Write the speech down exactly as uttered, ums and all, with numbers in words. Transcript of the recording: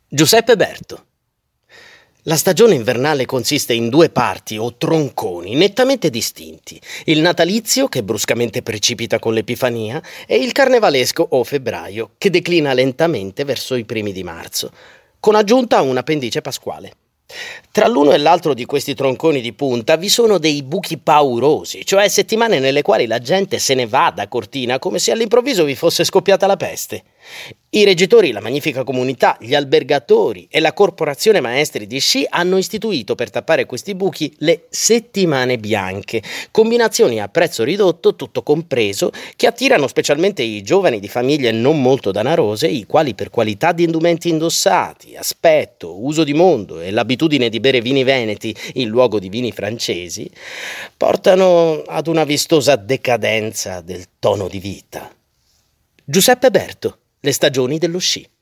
Giuseppe Berto. La stagione invernale consiste in due parti o tronconi nettamente distinti: il natalizio, che bruscamente precipita con l'Epifania, e il carnevalesco o febbraio, che declina lentamente verso i primi di marzo, con aggiunta un appendice pasquale. Tra l'uno e l'altro di questi tronconi di punta vi sono dei buchi paurosi, cioè settimane nelle quali la gente se ne va da Cortina come se all'improvviso vi fosse scoppiata la peste. I reggitori, la magnifica comunità, gli albergatori e la corporazione maestri di sci hanno istituito per tappare questi buchi le settimane bianche, combinazioni a prezzo ridotto, tutto compreso, che attirano specialmente i giovani di famiglie non molto danarose, i quali per qualità di indumenti indossati, aspetto, uso di mondo e l'abitudine di bere vini veneti in luogo di vini francesi portano ad una vistosa decadenza del tono di vita. Giuseppe Berto, Le stagioni dello sci.